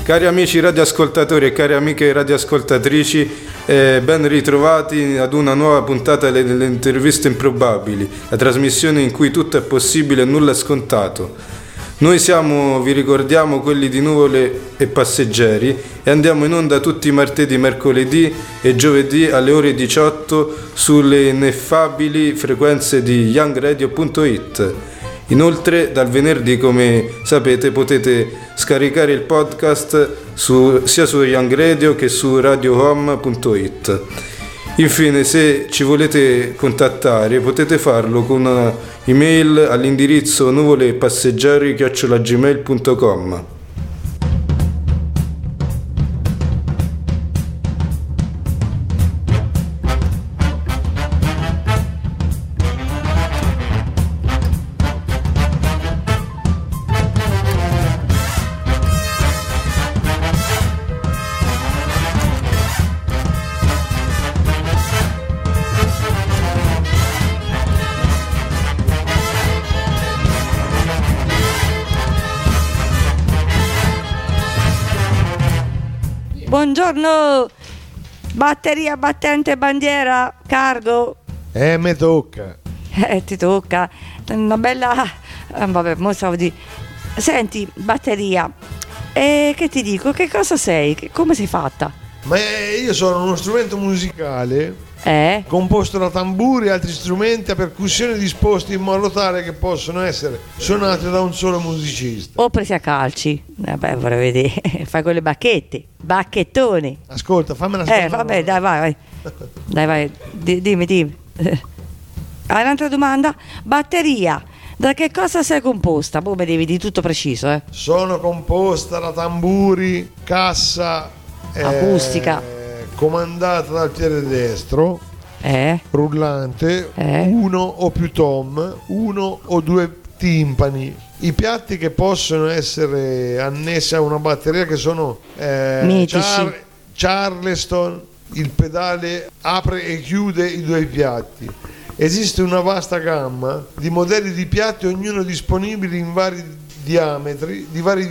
Cari amici radioascoltatori e cari amiche radioascoltatrici, ben ritrovati ad una nuova puntata delle interviste improbabili, la trasmissione in cui tutto è possibile e nulla è scontato. Noi siamo, vi ricordiamo, quelli di Nuvole e Passeggeri e andiamo in onda tutti i martedì, mercoledì e giovedì alle ore 18 sulle ineffabili frequenze di youngradio.it. Inoltre dal venerdì, come sapete, potete scaricare il podcast sia su Young Radio che su radiohome.it. Infine, se ci volete contattare potete farlo con una email all'indirizzo nuvolepasseggeri@gmail.com. Buongiorno, batteria, battente, bandiera, cargo. Me tocca. Ti tocca. Una bella... vabbè, mo stavo di... Senti, batteria, che ti dico? Che cosa sei? Come sei fatta? Ma io sono uno strumento musicale composto da tamburi e altri strumenti a percussione disposti in modo tale che possono essere suonati da un solo musicista. O presi a calci. Vabbè, vorrei vedere. Fai quelle bacchette, bacchettoni. Ascolta, fammela suonare. Vabbè, dai, vai. Dai, vai. Dimmi. Hai un'altra domanda? Batteria. Da che cosa sei composta? Poi mi devi di tutto preciso, Sono composta da tamburi, cassa acustica, comandata dal piede destro, rullante, uno o più tom, uno o due timpani. I piatti che possono essere annessi a una batteria, che sono Charleston, il pedale apre e chiude i due piatti. Esiste una vasta gamma di modelli di piatti, ognuno disponibile in vari diametri,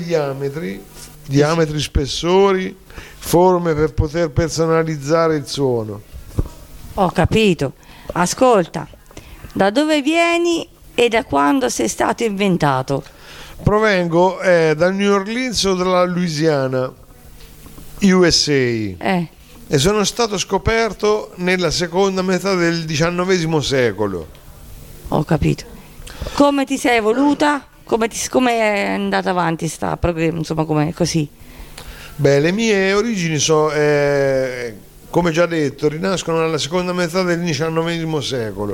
spessori, forme per poter personalizzare il suono. Ho capito. Ascolta, da dove vieni e da quando sei stato inventato? Provengo dal New Orleans o dalla Louisiana, USA. E sono stato scoperto nella seconda metà del XIX secolo. Ho capito. Come ti sei evoluta? Come è andata avanti insomma, come così? Beh, le mie origini come già detto, rinascono nella seconda metà del XIX secolo.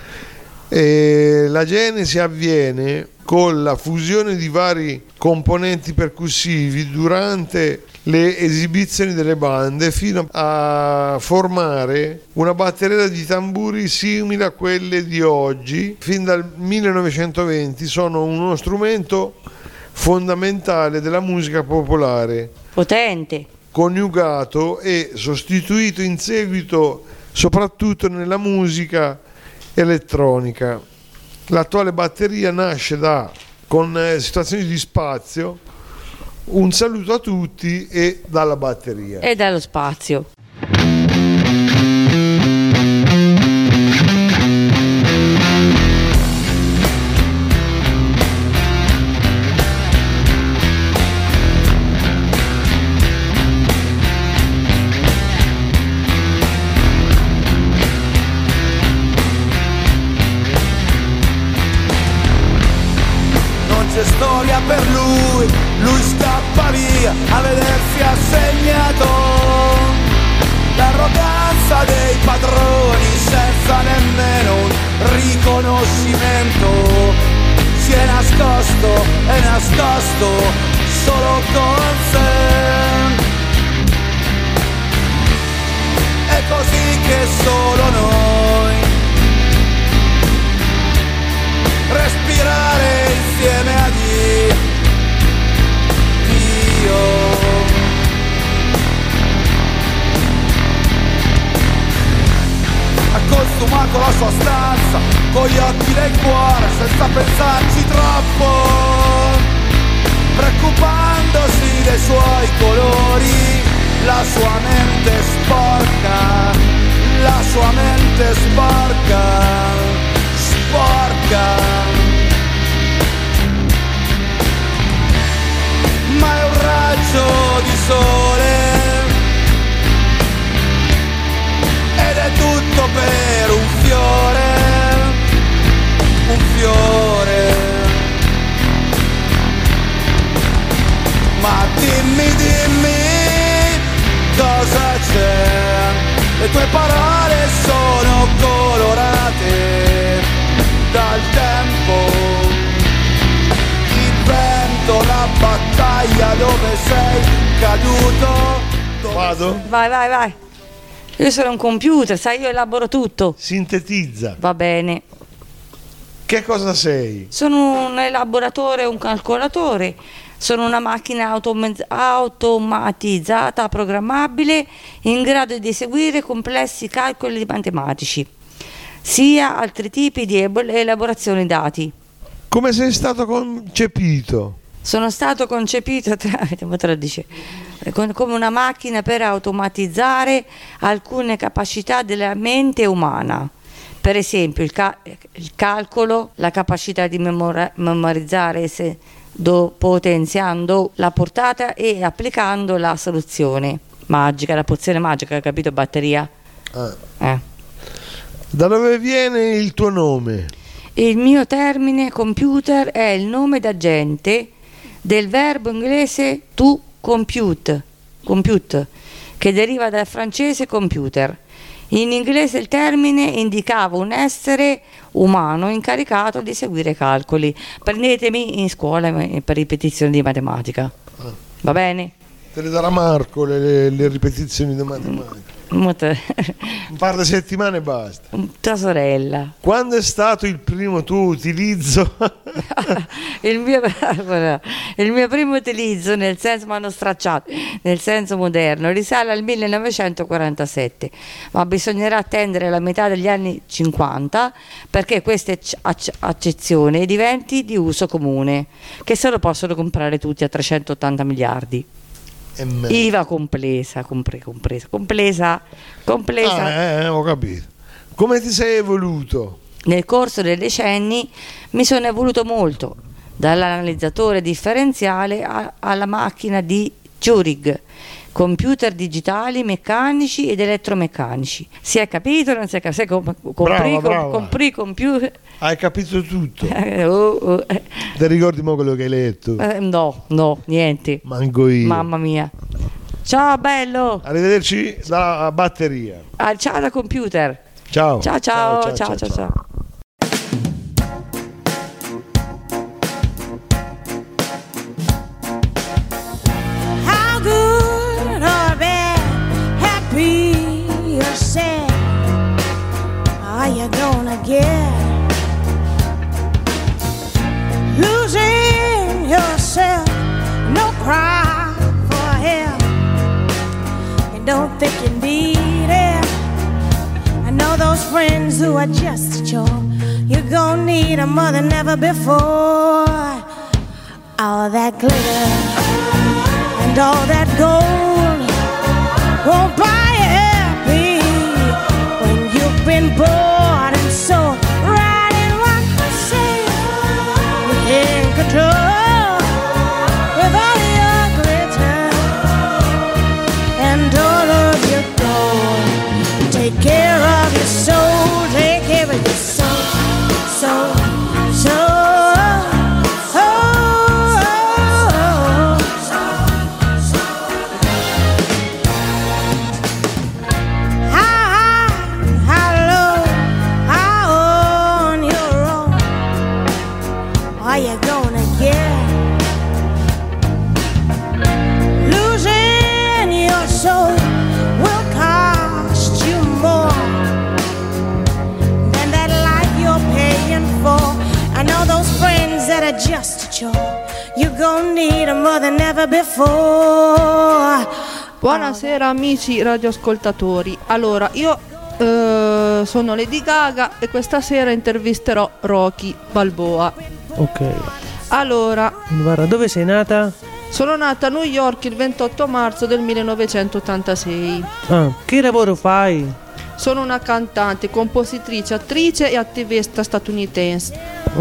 E la genesi avviene con la fusione di vari componenti percussivi durante le esibizioni delle bande, fino a formare una batteria di tamburi simile a quelle di oggi. Fin dal 1920 sono uno strumento fondamentale della musica popolare, potente, coniugato e sostituito in seguito soprattutto nella musica elettronica. L'attuale batteria nasce con situazioni di spazio. Un saluto a tutti e dalla batteria e dallo spazio. Non c'è storia per lui scappa via a vedersi assegnato l'arroganza dei padroni senza nemmeno un riconoscimento. Si è nascosto solo con sé. È così che solo noi respirare insieme a Dio. Ha consumato la sua stanza con gli occhi del cuore senza pensarci troppo. preoccupandosi dei suoi colori. La sua mente sporca, la sua mente sporca, sporca. Ma è un raggio di sole ed è tutto per un fiore, un fiore. Ma dimmi, dimmi cosa c'è, le tue parole sono colorate dal tempo. La battaglia dove sei caduto. Vado? Vai. Io sono un computer, sai, io elaboro tutto. Sintetizza. Va bene. Che cosa sei? Sono un elaboratore, un calcolatore. Sono una macchina automatizzata, programmabile, in grado di eseguire complessi calcoli matematici, sia altri tipi di elaborazione dati. Come sei stato concepito? Sono stato concepito come una macchina per automatizzare alcune capacità della mente umana. Per esempio il calcolo, la capacità di memorizzare potenziando la portata e applicando la soluzione magica, la pozione magica, capito, batteria? Da dove viene il tuo nome? Il mio termine computer è il nome d'agente del verbo inglese to compute, che deriva dal francese computer. In inglese il termine indicava un essere umano incaricato di eseguire calcoli. Prendetemi in scuola per ripetizioni di matematica. Va bene? Te le darà Marco le ripetizioni di matematica. Un par di settimane e basta. Tua sorella. Quando è stato il primo tuo utilizzo? il mio primo utilizzo, nel senso, ma non stracciato, nel senso moderno, risale al 1947, ma bisognerà attendere la metà degli anni 50 perché questa accezione diventi di uso comune, che se lo possono comprare tutti a 380 miliardi. IVA compresa. Ho capito. Come ti sei evoluto? Nel corso dei decenni mi sono evoluto molto, dall'analizzatore differenziale alla macchina di Turing, computer digitali, meccanici ed elettromeccanici. Si è capito o non si è capito? Compri computer. Hai capito tutto. Ti ricordi mo quello che hai letto? No, niente. Manco io. Mamma mia. Ciao bello. Arrivederci da batteria. Ciao da computer. Ciao. Ciao. How good or bad, happy or sad are you gonna get? Losing yourself, no cry for help, and don't think you need it. I know those friends who are just a chore. You're gonna need them more than ever before. All that glitter and all that gold won't buy you happy when you've been bored and so right in what I say. You're in control with all your glitter and all of your gold. Take care of your soul, take care of your soul. Just a chore. You're gonna need them more than ever before. Buonasera amici radioascoltatori. Allora, io sono Lady Gaga e questa sera intervisterò Rocky Balboa. Ok. Allora, Guarda, dove sei nata? sono nata a New York il 28 marzo del 1986. Che lavoro fai? Sono una cantante, compositrice, attrice e attivista statunitense.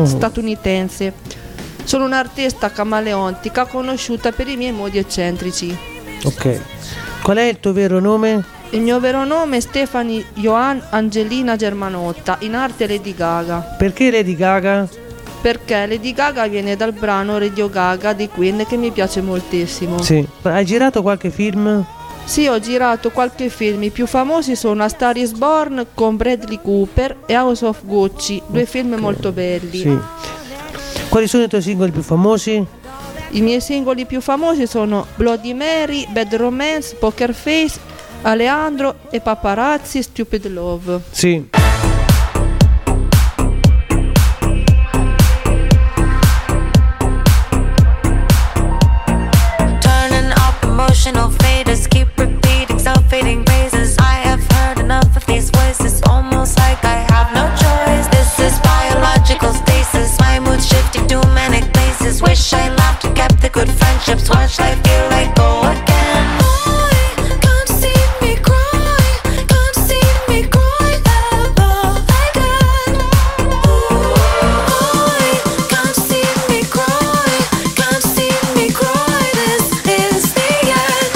Sono un'artista camaleontica conosciuta per i miei modi eccentrici. Ok. Qual è il tuo vero nome? Il mio vero nome è Stephanie Joan Angelina Germanotta, in arte Lady Gaga. Perché Lady Gaga? Perché Lady Gaga viene dal brano Radio Gaga di Queen, che mi piace moltissimo. Sì. Hai girato qualche film? Sì, ho girato qualche film. I più famosi sono A Star is Born con Bradley Cooper e House of Gucci, due film molto belli. Sì. Quali sono i tuoi singoli più famosi? I miei singoli più famosi sono Bloody Mary, Bad Romance, Poker Face, Alejandro e Paparazzi, Stupid Love. Sì. Turning up emotional faders, keep repeating self-fading praises. I have heard enough of these voices, almost like I have no choice. This is biological stasis, my mood shifting to manic places. Wish I laughed and kept the good friendships. Watch life feel like go again. Can't see me cry, can't see me cry ever again. Can't see me cry, can't see me cry. This is the end.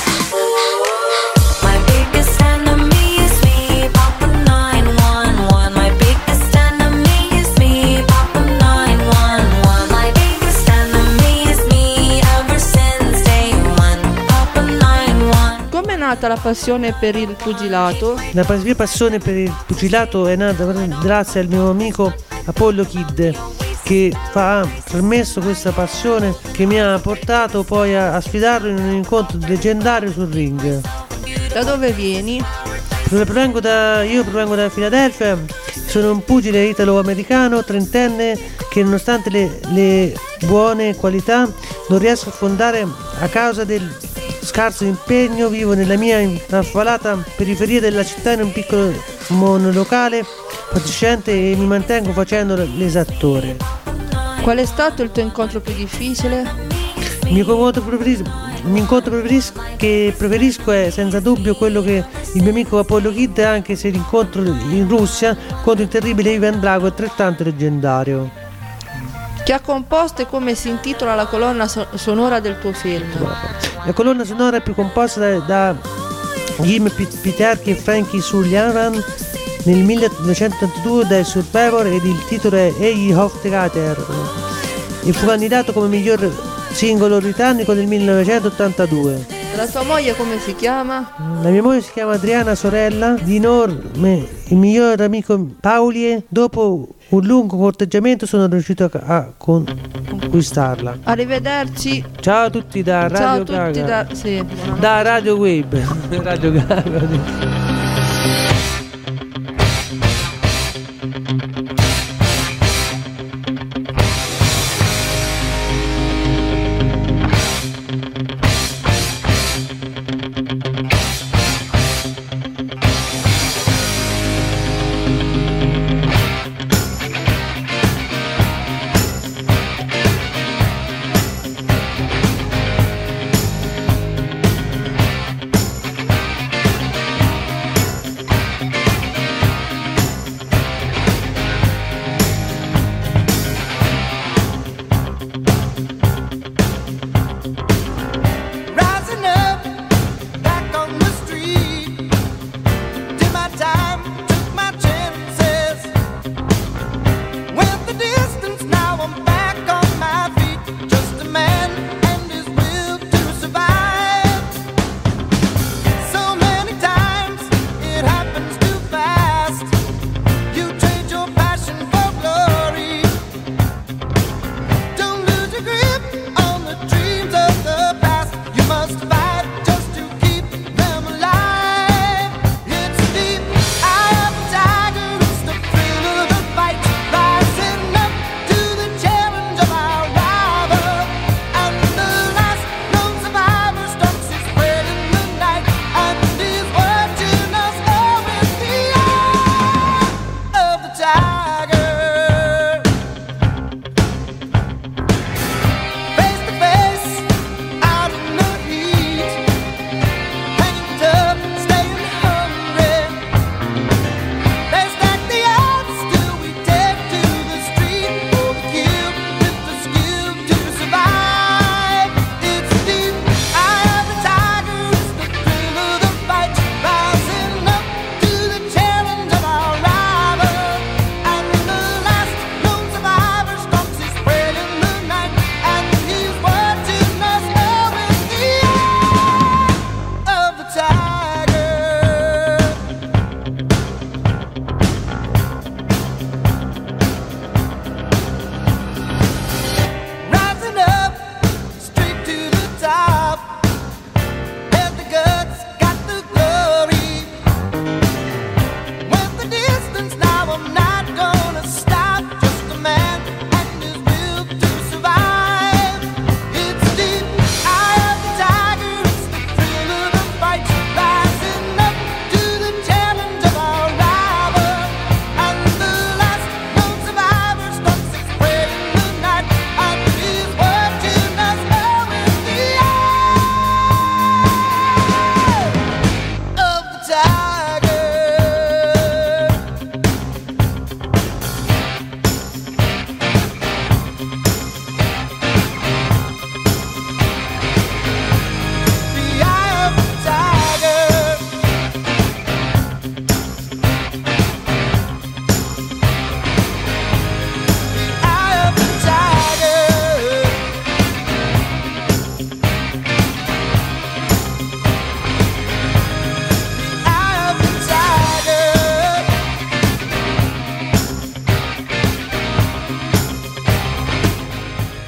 My biggest enemy is me, Papa 911. My biggest enemy is me, Papa 911. My biggest enemy is me ever since day one, Papa 911. Come è nata la passione per il pugilato? La mia passione per il pugilato è nata grazie al mio amico Apollo Kid, che ha trasmesso questa passione che mi ha portato poi a sfidarlo in un incontro leggendario sul ring. Da dove vieni? Io provengo da Filadelfia, sono un pugile italo-americano trentenne che nonostante le buone qualità non riesco a fondare a causa del scarso impegno. Vivo nella mia affalata periferia della città in un piccolo monolocale fatiscente e mi mantengo facendo l'esattore. Qual è stato il tuo incontro più difficile? Il mio incontro che preferisco è senza dubbio quello che il mio amico Apollo Kid, anche se l'incontro in Russia contro il terribile Ivan Drago è altrettanto leggendario. Chi ha composto e come si intitola la colonna sonora del tuo film? La colonna sonora è più composta da Jim Peterki e Frankie Sullivan nel 1982 dai Survivor ed il titolo è Eye of the Gator e fu candidato come miglior singolo britannico nel 1982. La tua moglie come si chiama? La mia moglie si chiama Adriana, sorella di Norme, il miglior amico Paulie. Dopo un lungo corteggiamento sono riuscito a conquistarla. Arrivederci. Ciao a tutti da Radio Ciao a tutti Gaga. da Radio Web. Radio Gaga.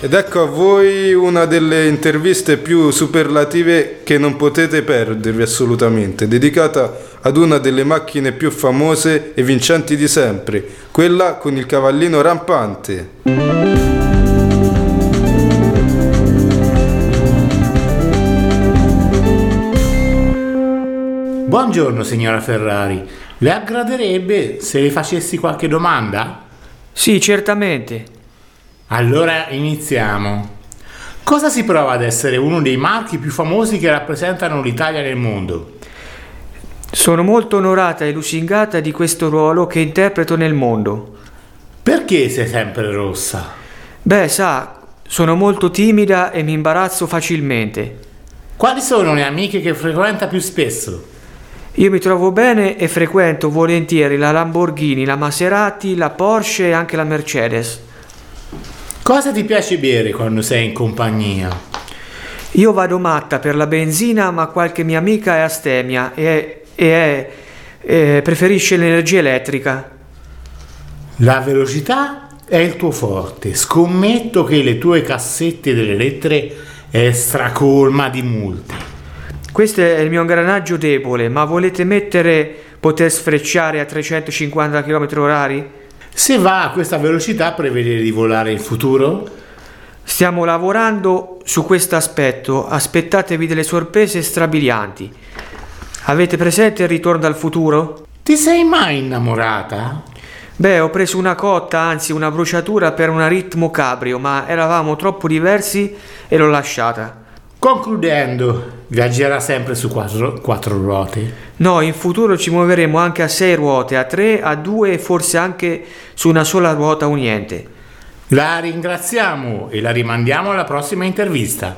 Ed ecco a voi una delle interviste più superlative che non potete perdervi assolutamente, dedicata ad una delle macchine più famose e vincenti di sempre, quella con il cavallino rampante. Buongiorno signora Ferrari, le aggraderebbe se le facessi qualche domanda? Sì, certamente. Allora iniziamo. Cosa si prova ad essere uno dei marchi più famosi che rappresentano l'Italia nel mondo? Sono molto onorata e lusingata di questo ruolo che interpreto nel mondo. Perché sei sempre rossa? Beh, sa, sono molto timida e mi imbarazzo facilmente. Quali sono le amiche che frequenta più spesso? Io mi trovo bene e frequento volentieri la Lamborghini, la Maserati, la Porsche e anche la Mercedes. Cosa ti piace bere quando sei in compagnia? Io vado matta per la benzina, ma qualche mia amica è astemia e preferisce l'energia elettrica. La velocità è il tuo forte. Scommetto che le tue cassette delle lettere è stracolma di multe. Questo è il mio ingranaggio debole, ma volete poter sfrecciare a 350 km/h? Se va a questa velocità, prevede di volare in futuro? Stiamo lavorando su questo aspetto, aspettatevi delle sorprese strabilianti. Avete presente il Ritorno al futuro? Ti sei mai innamorata? Beh, ho preso una cotta, anzi una bruciatura per un aritmo cabrio, ma eravamo troppo diversi e l'ho lasciata. Concludendo, viaggerà sempre su quattro ruote? No, in futuro ci muoveremo anche a 6 ruote, a 3, a 2 e forse anche su una sola ruota o niente. La ringraziamo e la rimandiamo alla prossima intervista.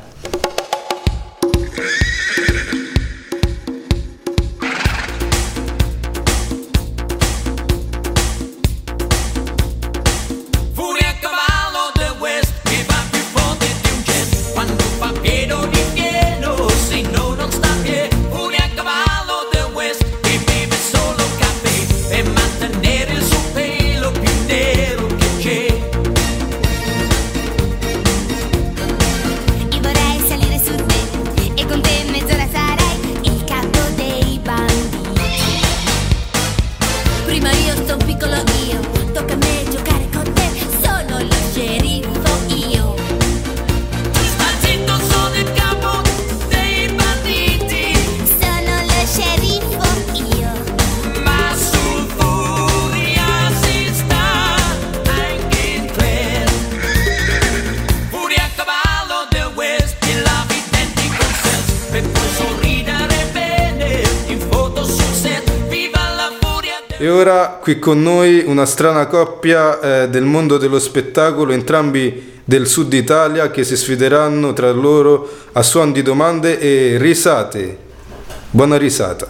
E ora qui con noi una strana coppia del mondo dello spettacolo, entrambi del sud Italia, che si sfideranno tra loro a suon di domande e risate. Buona risata.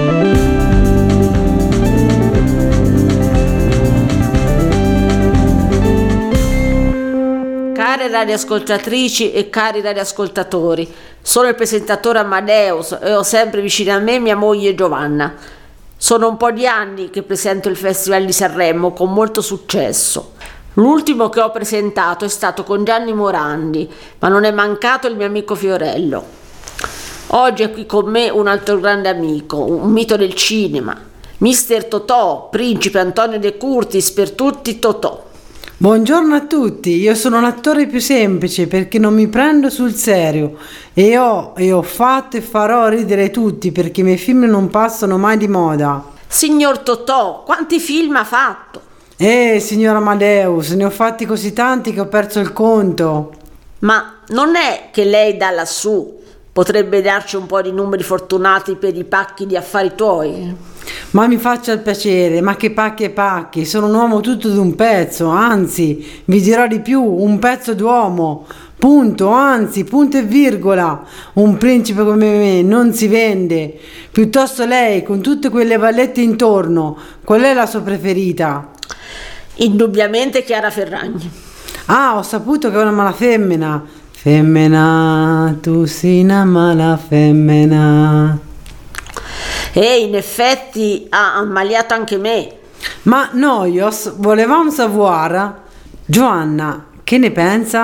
Care radioascoltatrici e cari radioascoltatori, sono il presentatore Amadeus e ho sempre vicino a me mia moglie Giovanna. Sono un po' di anni che presento il Festival di Sanremo con molto successo. L'ultimo che ho presentato è stato con Gianni Morandi, ma non è mancato il mio amico Fiorello. Oggi è qui con me un altro grande amico, un mito del cinema, Mister Totò, principe Antonio De Curtis, per tutti Totò. Buongiorno a tutti, io sono l'attore più semplice perché non mi prendo sul serio e ho fatto e farò ridere tutti perché i miei film non passano mai di moda. Signor Totò, quanti film ha fatto? Signor Amadeus, ne ho fatti così tanti che ho perso il conto. Ma non è che lei da lassù potrebbe darci un po' di numeri fortunati per i pacchi di affari tuoi? Ma mi faccia il piacere, ma che pacchi e pacchi, sono un uomo tutto d'un pezzo, anzi, vi dirò di più, un pezzo d'uomo, punto, anzi, punto e virgola. Un principe come me non si vende. Piuttosto lei, con tutte quelle vallette intorno, qual è la sua preferita? Indubbiamente Chiara Ferragni. Ah, ho saputo che è una mala femmina. Femmina, tu sei una mala femmina. E in effetti ha ammaliato anche me. Ma noios, volevamo savoir. Giovanna, che ne pensa?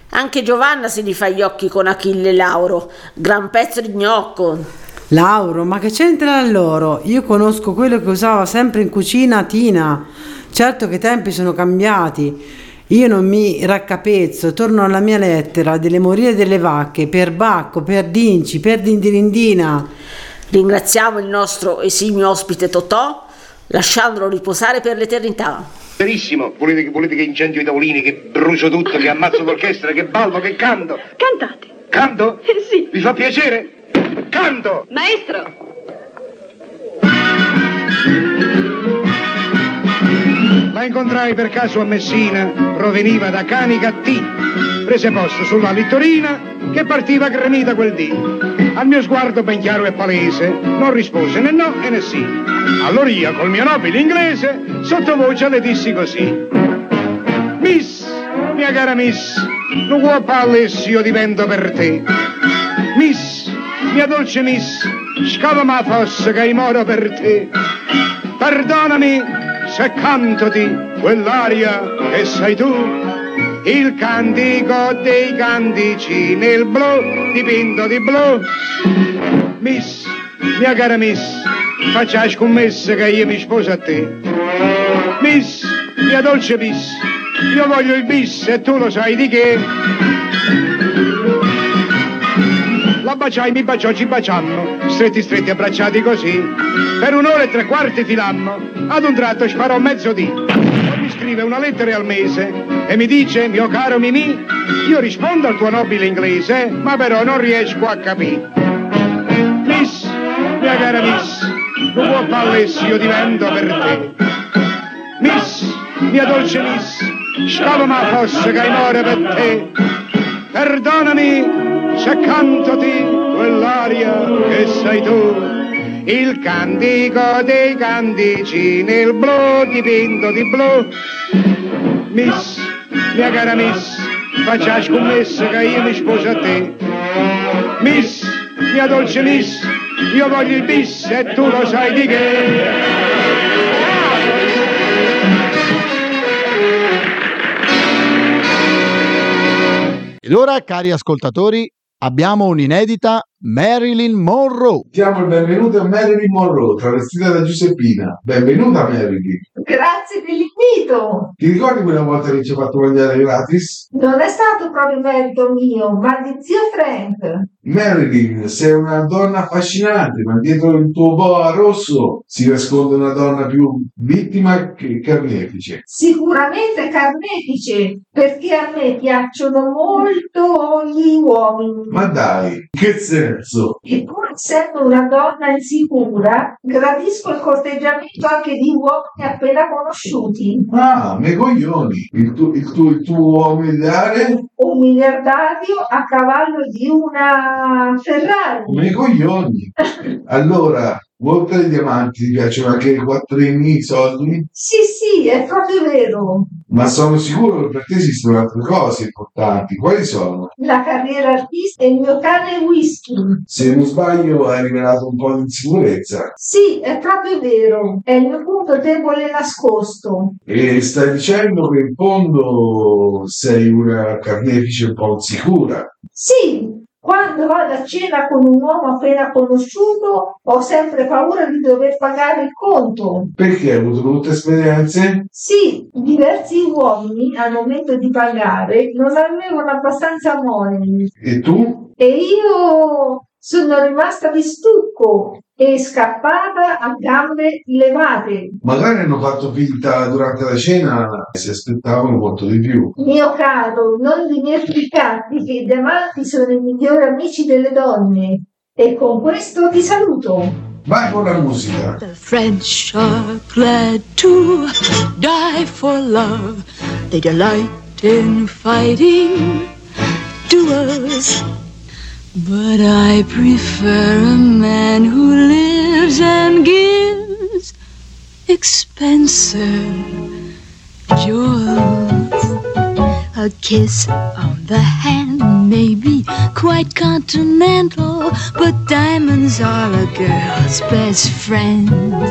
Anche Giovanna si rifà gli occhi con Achille Lauro, gran pezzo di gnocco. Lauro, ma che c'entra loro? Io conosco quello che usava sempre in cucina Tina. Certo che i tempi sono cambiati. Io non mi raccapezzo, torno alla mia lettera delle morie delle vacche, per Bacco, per Dinci, per Dindirindina. Ringraziamo il nostro esimio ospite Totò, lasciandolo riposare per l'eternità. Benissimo, volete che incendio i tavolini, che brucio tutto, che ammazzo l'orchestra, che ballo, che canto? Cantate. Canto? Sì. Vi fa piacere? Canto! Maestro! La incontrai per caso a Messina, proveniva da Canicattì. Prese posto sulla littorina che partiva gremita quel dì. Al mio sguardo ben chiaro e palese non rispose né no e né sì. Allora io col mio nobile inglese sottovoce le dissi così: Miss, mia cara Miss, non vuoi palle se io divento per te. Miss, mia dolce Miss, scalama fosse che moro per te. Perdonami se cantoti quell'aria che sei tu, il cantico dei cantici nel blu dipinto di blu. Miss, mia cara Miss, faccia scommessa che io mi sposo a te. Miss, mia dolce Miss, io voglio il bis e tu lo sai di che. La baciai, mi baciò, ci baciammo, stretti abbracciati così. Per 1 ora e 3/4 filammo, ad un tratto sparò mezzodì. Poi mi scrive una lettera al mese e mi dice: mio caro Mimì, io rispondo al tuo nobile inglese, ma però non riesco a capire. Miss, mia cara Miss, non può parlare se io divento per te. Miss, mia dolce Miss, scavo ma fosse che muore per te. Perdonami se cantoti quell'aria che sei tu, il cantico dei cantici nel blu dipinto di blu. Miss, mia cara Miss, faccia scommessa che io mi sposo a te. Miss, mia dolce Miss, io voglio il bis e tu lo sai di che. Ed ora, cari ascoltatori, abbiamo un'inedita Marilyn Monroe. Diamo il benvenuto a Marilyn Monroe, travestita da Giuseppina. Benvenuta Marilyn. Grazie per l'invito. Ti ricordi quella volta che ci hai fatto mangiare gratis? Non è stato proprio merito mio, ma di zio Frank. Marilyn, sei una donna affascinante, ma dietro il tuo boa rosso si nasconde una donna più vittima che carnefice. Sicuramente carnefice, perché a me piacciono molto gli uomini. Ma dai, che senso? E pur essendo una donna insicura, gradisco il corteggiamento anche di uomini appena conosciuti. Ah, me coglioni. Il tuo uomo ideale? Un miliardario a cavallo di una Ferrari. Me coglioni. Allora, oltre ai diamanti ti piacciono anche i quattrini, i soldi? Sì, è proprio vero. Ma sono sicuro che per te esistono altre cose importanti. Quali sono? La carriera artistica e il mio cane whisky. Se non sbaglio hai rivelato un po' di insicurezza. Sì, è proprio vero. È il mio punto debole nascosto. E stai dicendo che in fondo sei una carnefice un po' insicura. Sì. Quando vado a cena con un uomo appena conosciuto, ho sempre paura di dover pagare il conto. Perché hai avuto brutte esperienze? Sì, diversi uomini al momento di pagare non avevano abbastanza money. E tu? E io sono rimasta di stucco e scappata a gambe levate. Magari hanno fatto finta durante la cena, si aspettavano molto di più. Mio caro, non dimenticarti che i diamanti sono i migliori amici delle donne. E con questo ti saluto. Vai con la musica. The French are glad to die for love. They delight in fighting duels. But I prefer a man who lives and gives expensive jewels. A kiss on the hand may be quite continental, but diamonds are a girl's best friend.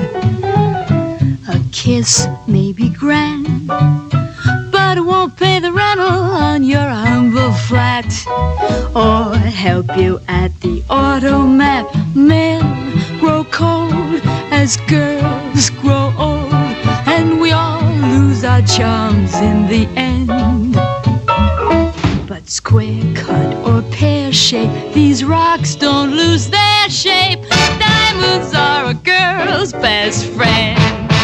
A kiss may be grand, but it won't pay the rental on your humble flat or help you at the automat. Men grow cold as girls grow old, and we all lose our charms in the end. But square cut or pear shape, these rocks don't lose their shape. Diamonds are a girl's best friend.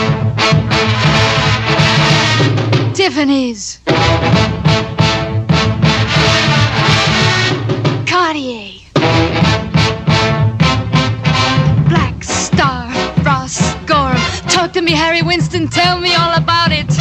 Tiffany's, Cartier, Black Star, Ross Gorham. Talk to me, Harry Winston, tell me all about it.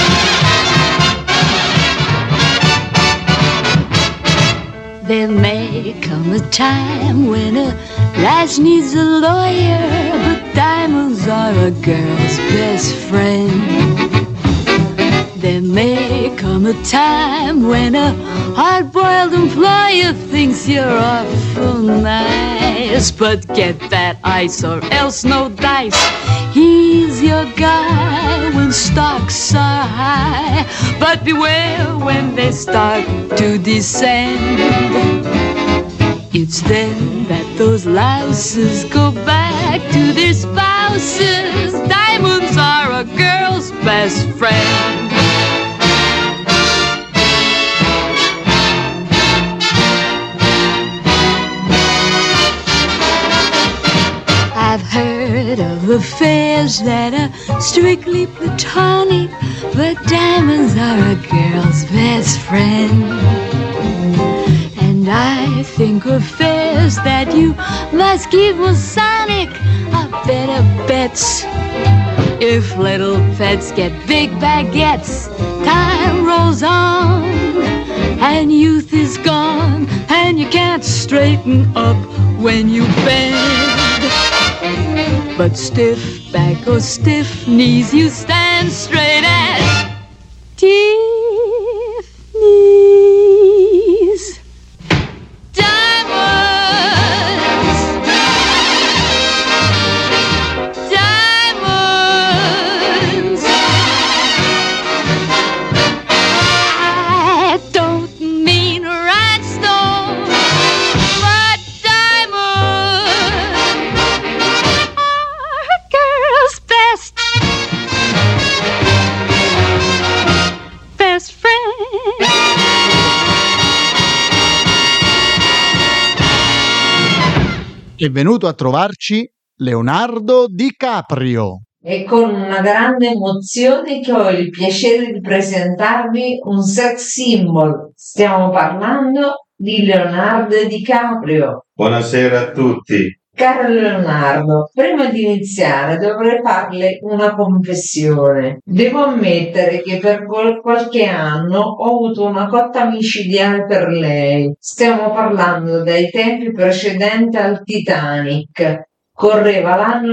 There may come a time when a lass needs a lawyer, but diamonds are a girl's best friend. There may come a time when a hard-boiled employer thinks you're awful nice, but get that ice or else no dice. He's your guy when stocks are high, but beware when they start to descend. It's then that those louses go back to their spouses. Diamonds are a girl's best friend. I've heard of affairs that are strictly platonic, but diamonds are a girl's best friend. And I think affairs that you must keep Masonic are better bets. If little pets get big baguettes, time rolls on, and youth is gone, and you can't straighten up when you bend. But stiff back or stiff knees, you stand straight as Tiffany's. Diamonds, diamonds. I don't mean rhinestone, but best friend. È venuto a trovarci Leonardo DiCaprio. È con una grande emozione che ho il piacere di presentarvi un sex symbol. Stiamo parlando di Leonardo DiCaprio. Buonasera a tutti. Caro Leonardo, prima di iniziare dovrei farle una confessione. Devo ammettere che per qualche anno ho avuto una cotta micidiale per lei. Stiamo parlando dai tempi precedenti al Titanic. Correva l'anno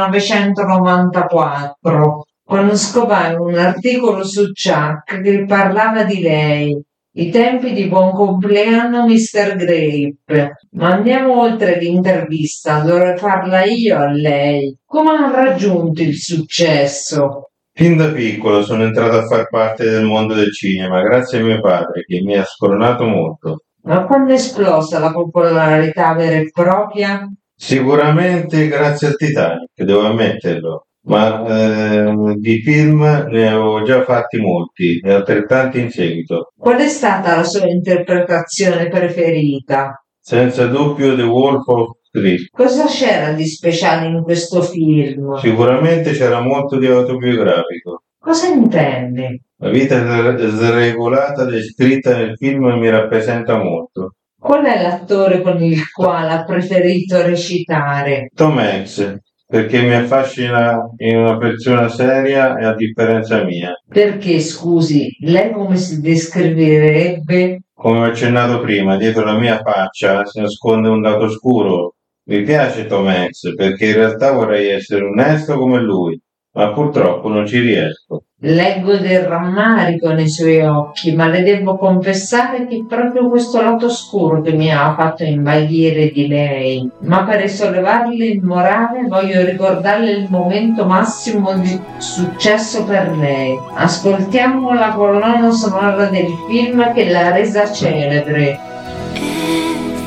1994, quando scopai un articolo su Chuck che parlava di lei. I tempi di buon compleanno Mr. Grape. Ma andiamo oltre l'intervista, dovrei farla io a lei. Come ha raggiunto il successo? Fin da piccolo sono entrato a far parte del mondo del cinema grazie a mio padre che mi ha scoronato molto. Ma quando è esplosa la popolarità vera e propria? Sicuramente grazie al Titanic, devo ammetterlo. Ma di film ne avevo già fatti molti e altrettanti in seguito. Qual è stata la sua interpretazione preferita? Senza dubbio The Wolf of Street. Cosa c'era di speciale in questo film? Sicuramente c'era molto di autobiografico. Cosa intendi? La vita sregolata descritta nel film mi rappresenta molto. Qual è l'attore con il quale ha preferito recitare? Tom Hanks. Perché mi affascina in una persona seria e a differenza mia. Perché, scusi, lei come si descriverebbe? Come ho accennato prima, dietro la mia faccia si nasconde un lato oscuro. Mi piace Tom Hanks perché in realtà vorrei essere onesto come lui, ma purtroppo non ci riesco. Leggo del rammarico nei suoi occhi, ma le devo confessare che è proprio questo lato oscuro che mi ha fatto invaghire di lei. Ma per risollevarle il morale voglio ricordarle il momento massimo di successo per lei. Ascoltiamo la colonna sonora del film che l'ha resa celebre.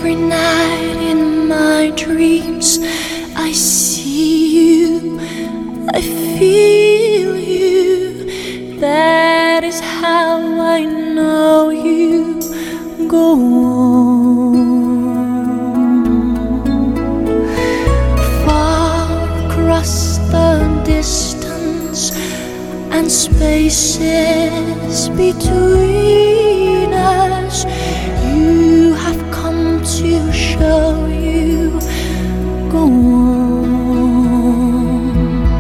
Every night in my dreams I see you, I feel you. That is how I know you. Go on. Far across the distance and spaces between us, you have come to show you. Go on.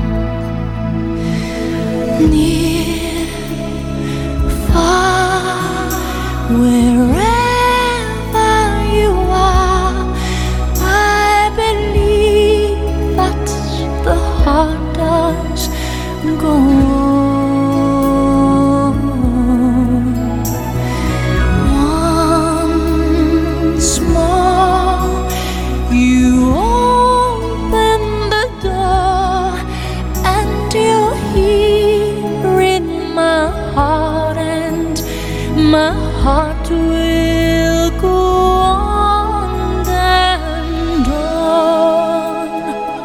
Near, far, wherever you are, I believe that the heart does. Go on. My heart will go on and on.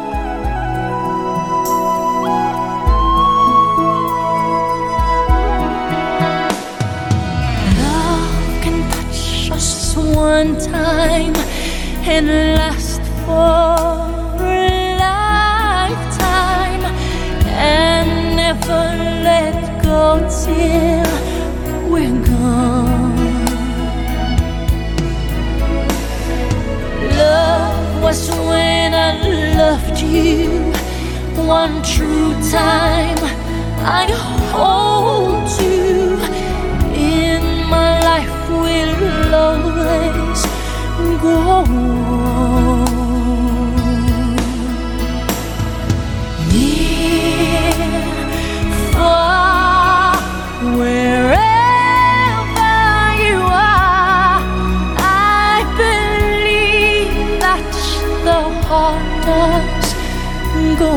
Love can touch us one time and last for a lifetime and never let go till we're gone. Love was when I loved you one true time. I hold you in my life, will always go on. Near, far, wherever heart does go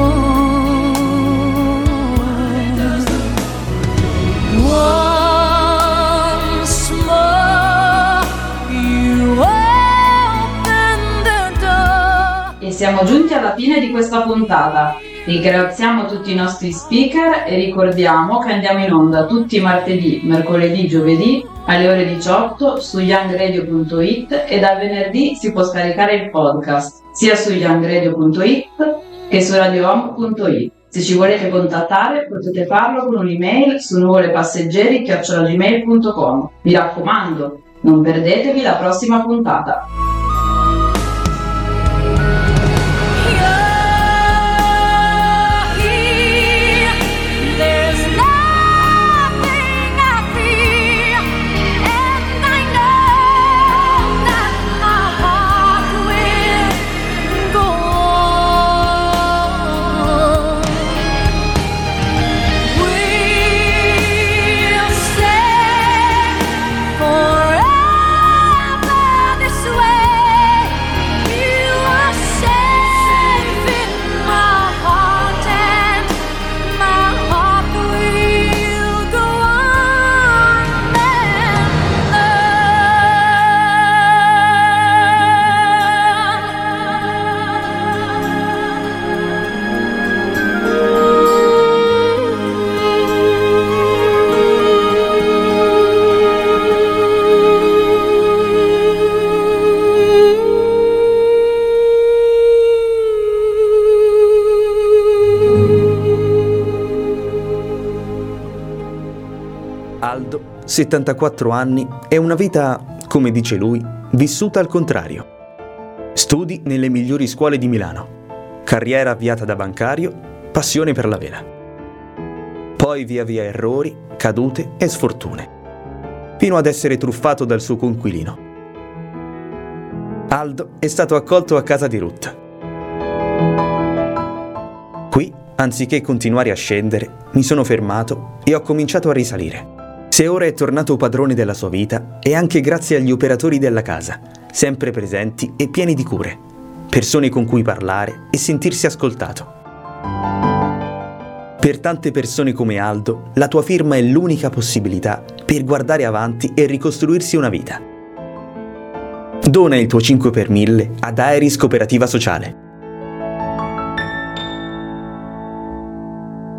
on. Once more you open the door. E siamo giunti alla fine di questa puntata. Ringraziamo tutti i nostri speaker e ricordiamo che andiamo in onda tutti i martedì, mercoledì, giovedì alle ore 18 su youngradio.it e dal venerdì si può scaricare il podcast sia su youngradio.it che su radiohome.it. Se ci volete contattare potete farlo con un'email su nuvolepasseggeri@gmail.com. Mi raccomando, non perdetevi la prossima puntata. Aldo, 74 anni, è una vita, come dice lui, vissuta al contrario. Studi nelle migliori scuole di Milano, carriera avviata da bancario, passione per la vela. Poi via via errori, cadute e sfortune, fino ad essere truffato dal suo coinquilino. Aldo è stato accolto a casa di Ruth. Qui, anziché continuare a scendere, mi sono fermato e ho cominciato a risalire. Se ora è tornato padrone della sua vita, è anche grazie agli operatori della casa, sempre presenti e pieni di cure, persone con cui parlare e sentirsi ascoltato. Per tante persone come Aldo, la tua firma è l'unica possibilità per guardare avanti e ricostruirsi una vita. Dona il tuo 5 per 1000 ad Aeris Cooperativa Sociale.